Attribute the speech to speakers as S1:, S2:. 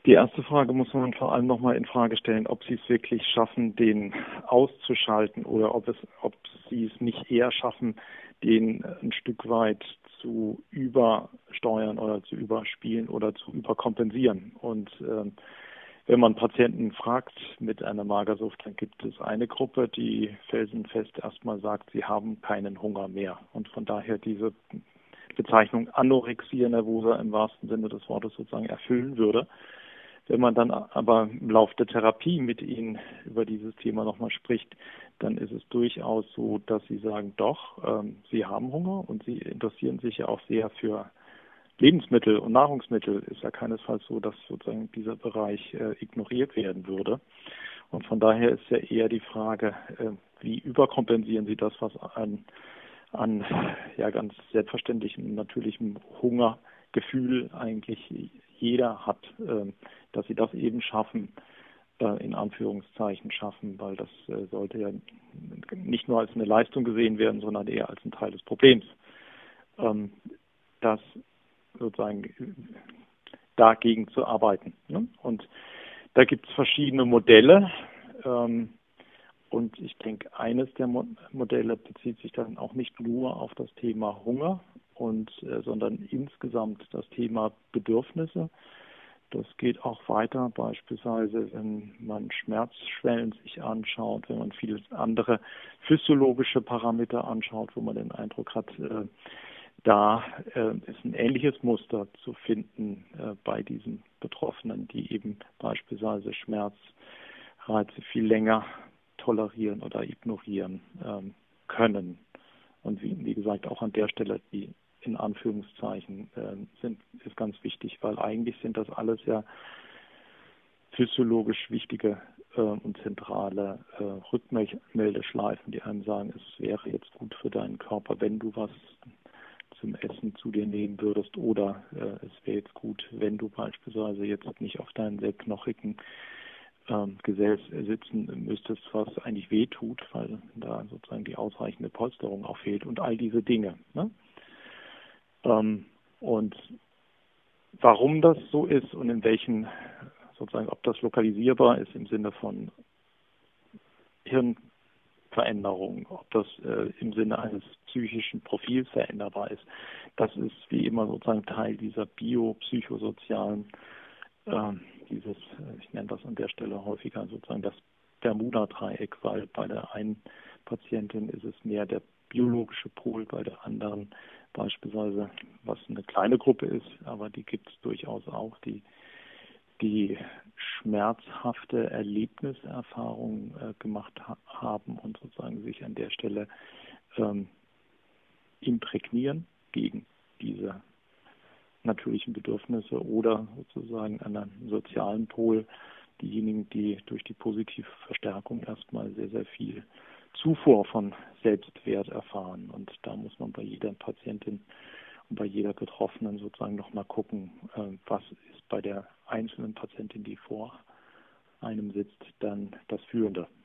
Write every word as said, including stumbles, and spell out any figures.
S1: Die erste Frage muss man vor allem nochmal in Frage stellen, ob sie es wirklich schaffen, den auszuschalten oder ob es, ob sie es nicht eher schaffen, den ein Stück weit zu übersteuern oder zu überspielen oder zu überkompensieren. Und ähm, wenn man Patienten fragt mit einer Magersucht, dann gibt es eine Gruppe, die felsenfest erstmal sagt, sie haben keinen Hunger mehr. Und von daher diese Bezeichnung Anorexia nervosa im wahrsten Sinne des Wortes sozusagen erfüllen würde. Wenn man dann aber im Laufe der Therapie mit ihnen über dieses Thema nochmal spricht, dann ist es durchaus so, dass sie sagen, doch, ähm, sie haben Hunger und sie interessieren sich ja auch sehr für Lebensmittel und Nahrungsmittel. Ist ja keinesfalls so, dass sozusagen dieser Bereich äh, ignoriert werden würde. Und von daher ist ja eher die Frage, äh, wie überkompensieren sie das, was an, an ja ganz selbstverständlichem, natürlichem Hungergefühl eigentlich jeder hat, äh, dass sie das eben schaffen, äh, in Anführungszeichen schaffen, weil das äh, sollte ja nicht nur als eine Leistung gesehen werden, sondern eher als ein Teil des Problems. Ähm, das sozusagen dagegen zu arbeiten. Ne? Und da gibt es verschiedene Modelle. Ähm, und ich denke, eines der Mo Modelle bezieht sich dann auch nicht nur auf das Thema Hunger, und, äh, sondern insgesamt das Thema Bedürfnisse. Das geht auch weiter, beispielsweise wenn man Schmerzschwellen sich anschaut, wenn man viele andere physiologische Parameter anschaut, wo man den Eindruck hat, äh, da äh, ist ein ähnliches Muster zu finden äh, bei diesen Betroffenen, die eben beispielsweise Schmerzreize viel länger tolerieren oder ignorieren ähm, können. Und wie, wie gesagt, auch an der Stelle die in Anführungszeichen äh, sind, ist ganz wichtig, weil eigentlich sind das alles ja physiologisch wichtige äh, und zentrale äh, Rückmeldeschleifen, die einem sagen, es wäre jetzt gut für deinen Körper, wenn du was zum Essen zu dir nehmen würdest, oder äh, es wäre jetzt gut, wenn du beispielsweise jetzt nicht auf deinen sehr knochigen ähm, Gesäß sitzen müsstest, was eigentlich weh tut, weil da sozusagen die ausreichende Polsterung auch fehlt und all diese Dinge. Ne? Ähm, und warum das so ist und in welchen, sozusagen, ob das lokalisierbar ist im Sinne von Hirnveränderung, ob das äh, im Sinne eines psychischen Profils veränderbar ist, das ist wie immer sozusagen Teil dieser biopsychosozialen, äh, dieses, ich nenne das an der Stelle häufiger sozusagen das Bermuda-Dreieck, weil bei der einen Patientin ist es mehr der biologische Pol, bei der anderen beispielsweise, was eine kleine Gruppe ist, aber die gibt es durchaus auch, die, die schmerzhafte Erlebniserfahrungen äh, gemacht ha haben und sozusagen sich an der Stelle ähm, imprägnieren gegen diese natürlichen Bedürfnisse, oder sozusagen an einem sozialen Pol diejenigen, die durch die positive Verstärkung erstmal sehr, sehr viel Zufuhr von Selbstwert erfahren. Und da muss man bei jeder Patientin und bei jeder Betroffenen sozusagen nochmal gucken, was ist bei der einzelnen Patientin, die vor einem sitzt, dann das Führende.